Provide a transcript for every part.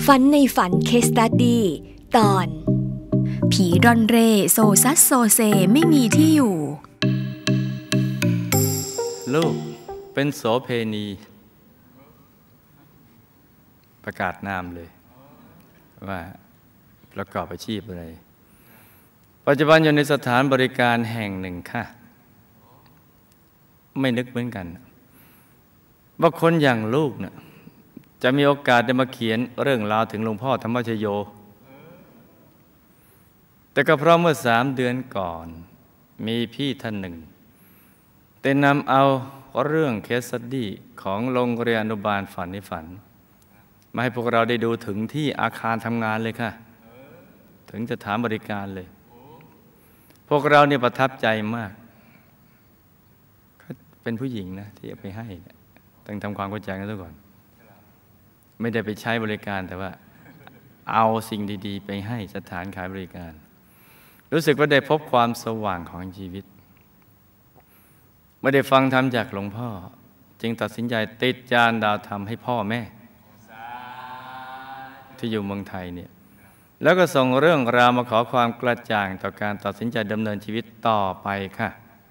ฝันในฝันเคสตัดดี้ตอนผีร่อนเร่โซซัสโซเซไม่มีที่อยู่ลูกเป็นโสเภณีประกาศนามเลยว่าประกอบอาชีพอะไรปัจจุบันอยู่ในสถานบริการแห่งหนึ่งค่ะไม่นึกเหมือนกันว่าคนอย่างลูกเนี่ยจะมีโอกาสได้มาเขียนเรื่องราวถึงหลวงพ่อธรรมชโยแต่ก็เพราะเมื่อ3 เดือนก่อนมีพี่ท่านหนึ่งได้นำเอาเรื่องเคสสตัดดี้ของโรงเรียนอนุบาลฝันในฝันมาให้พวกเราได้ดูถึงที่อาคารทำงานเลยค่ะถึงสถานบริการเลยพวกเราเนี่ยประทับใจมากเป็นผู้หญิงนะที่เอาไปให้ต้องทำความเข้าใจกันซะก่อนไม่ได้ไปใช้บริการแต่ว่าเอาสิ่งดีๆไปให้สถานขายบริการรู้สึกว่าได้พบความสว่างของชีวิตไม่ได้ฟังธรรมจากหลวงพ่อจึงตัดสินใจติดจานดาวธรรมให้พ่อแม่ที่อยู่เมืองไทยเนี่ยแล้วก็ส่งเรื่องราวมาขอความกระจ่างต่อการตัดสินใจดำเนินชีวิตต่อไปค่ะ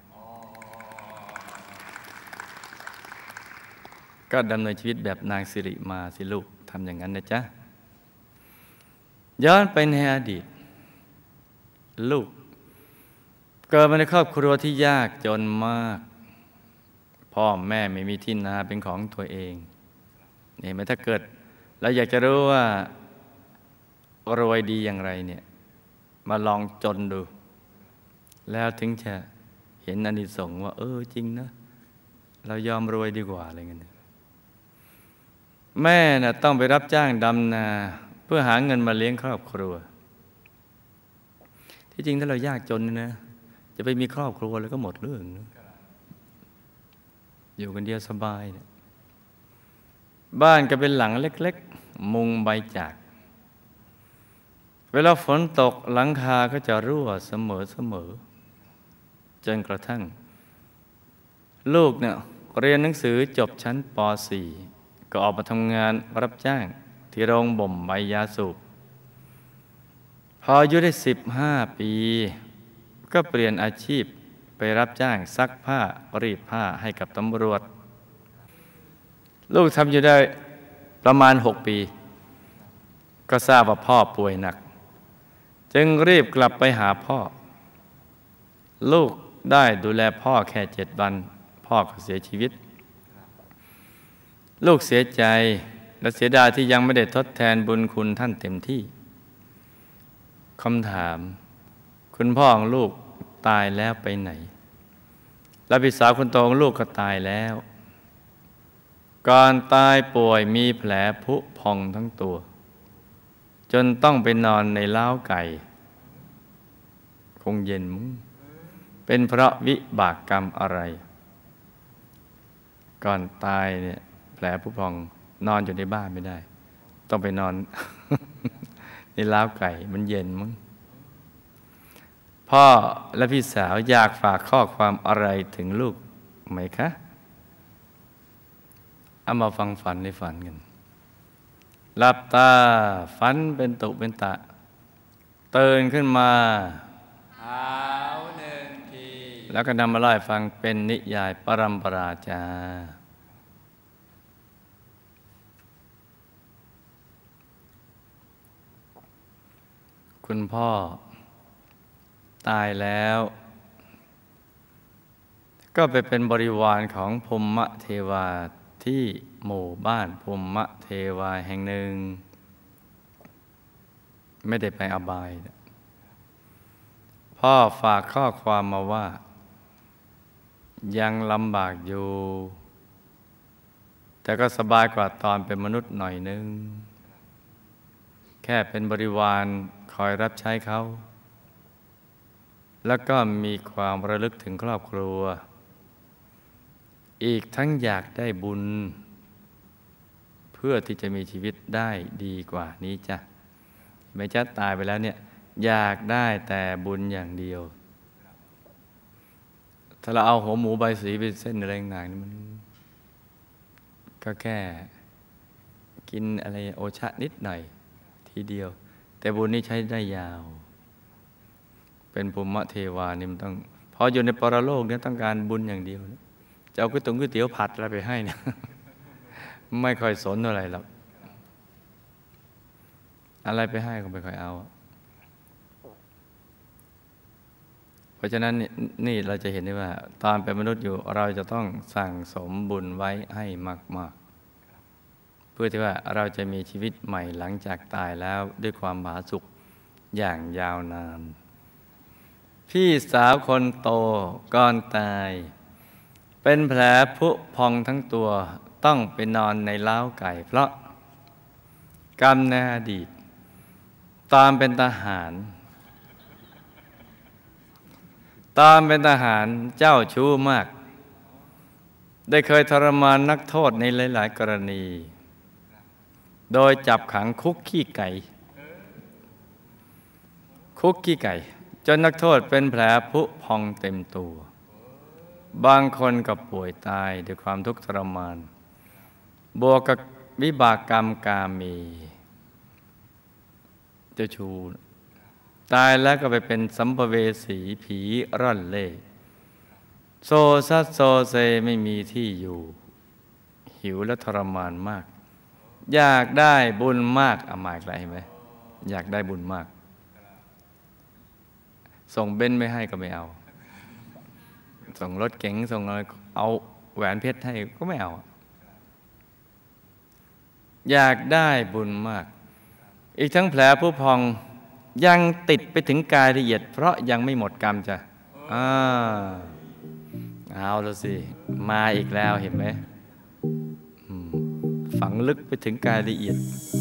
ก็ดำเนินชีวิตแบบนางสิริมาสิลูกทำอย่างนั้นนะจ๊ะย้อนไปในอดีตลูกเกิดมาในครอบครัวที่ยากจนมากพ่อแม่ไม่มีที่นาเป็นของตัวเองนี่ไหมถ้าเกิดเราอยากจะรู้ว่ารวยดีอย่างไรเนี่ยมาลองจนดูแล้วถึงจะเห็นอานิสงส์ว่าจริงนะเรายอมรวยดีกว่าอะไรเงี้ยแม่น่ะต้องไปรับจ้างดำนาเพื่อหาเงินมาเลี้ยงครอบครัวที่จริงถ้าเรายากจนนะจะไปมีครอบครัวแล้วก็หมดเรื่องอยู่กันเดียวสบายเนี่ยบ้านก็เป็นหลังเล็กๆมุงใบจากเวลาฝนตกหลังคาก็จะรั่วเสมอจนกระทั่งลูกเนี่ยเรียนหนังสือจบชั้นป .4 ก็ออกมาทำงานรับจ้างที่โรงบ่มใบยาสูบพออายุได้15 ปีก็เปลี่ยนอาชีพไปรับจ้างซักผ้ารีดผ้าให้กับตำรวจลูกทำอยู่ได้ประมาณ6 ปีก็ทราบว่าพ่อป่วยหนักจึงรีบกลับไปหาพ่อลูกได้ดูแลพ่อแค่7 วันพ่อก็เสียชีวิตลูกเสียใจและเสียดายที่ยังไม่ได้ทดแทนบุญคุณท่านเต็มที่คำถามคุณพ่อของลูกตายแล้วไปไหนและพี่สาวคนโตของลูกก็ตายแล้วก่อนตายป่วยมีแผลผุพองทั้งตัวจนต้องไปนอนในเล้าไก่คงเย็นมั้งเป็นเพราะวิบากกรรมอะไรก่อนตายเนี่ยแผลผุพองนอนอยู่ในบ้านไม่ได้ต้องไปนอน ในเล้าไก่มันเย็นมั้งพ่อและพี่สาวอยากฝากข้อความอะไรถึงลูกไหมคะเอามาฟังฝันในฝันกันหลับตาฝันเป็นตุเป็นตะตื่นขึ้นมาหาว1 ทีแล้วก็นำมาเล่าให้ฟังเป็นนิยายปรัมปราจาคุณพ่อตายแล้วก็ไปเป็นบริวารของพรหมเทวาที่หมู่บ้านพรหมเทวาแห่งหนึ่งไม่ได้ไปอบายพ่อฝากข้อความมาว่ายังลำบากอยู่แต่ก็สบายกว่าตอนเป็นมนุษย์หน่อยนึงแค่เป็นบริวารคอยรับใช้เขาแล้วก็มีความระลึกถึงครอบครัวอีกทั้งอยากได้บุญเพื่อที่จะมีชีวิตได้ดีกว่านี้จ้ะไม่จะตายไปแล้วเนี่ยอยากได้แต่บุญอย่างเดียวถ้าเราเอาหัวหมูใบสีเป็นเส้นอะไรต่างๆนี่มันก็แค่กินอะไรโอชะนิดหน่อยทีเดียวแต่บุญนี่ใช้ได้ยาวเป็นภูมิเทวานี่มันต้องพออยู่ในปรโลกเนี่ยต้องการบุญอย่างเดียวจะเอาก๋วยเตี๋ยวผัดอะไรไปให้เนี่ยไม่ค่อยสนอะไรหรอกอะไรไปให้ก็ไม่ค่อยเอาเพราะฉะนั้นนี่เราจะเห็นได้ว่าตอนเป็นมนุษย์อยู่เราจะต้องสั่งสมบุญไว้ให้มากๆเพื่อที่ว่าเราจะมีชีวิตใหม่หลังจากตายแล้วด้วยความผาสุกอย่างยาวนานพี่สาวคนโตก่อนตายเป็นแผลผุพองทั้งตัวต้องไปนอนในเล้าไก่เพราะกรรมในอดีตตอนเป็นทหารเจ้าชู้มากได้เคยทรมานนักโทษในหลายๆกรณีโดยจับขังคุกขี้ไก่จนนักโทษเป็นแผลผุพองเต็มตัวบางคนก็ป่วยตายด้วยความทุกข์ทรมานบวกกับวิบากกรรมกามีเจ้าชู้ตายแล้วก็ไปเป็นสัมภเวสีผีร่อนเล่โซซัสโซเซไม่มีที่อยู่หิวและทรมานมากอยากได้บุญมากมาอีกแล้วเห็นไหมอยากได้บุญมากส่งเบนซ์ไม่ให้ก็ไม่เอาส่งรถเก๋งส่งอะไรเอาแหวนเพชรให้ก็ไม่เอาอยากได้บุญมากอีกทั้งแผลผุพองยังติดไปถึงกายละเอียดเพราะยังไม่หมดกรรมจ้ะเอาแล้วสิมาอีกแล้วเห็นไหมฝังลึกไปถึงกายละเอียด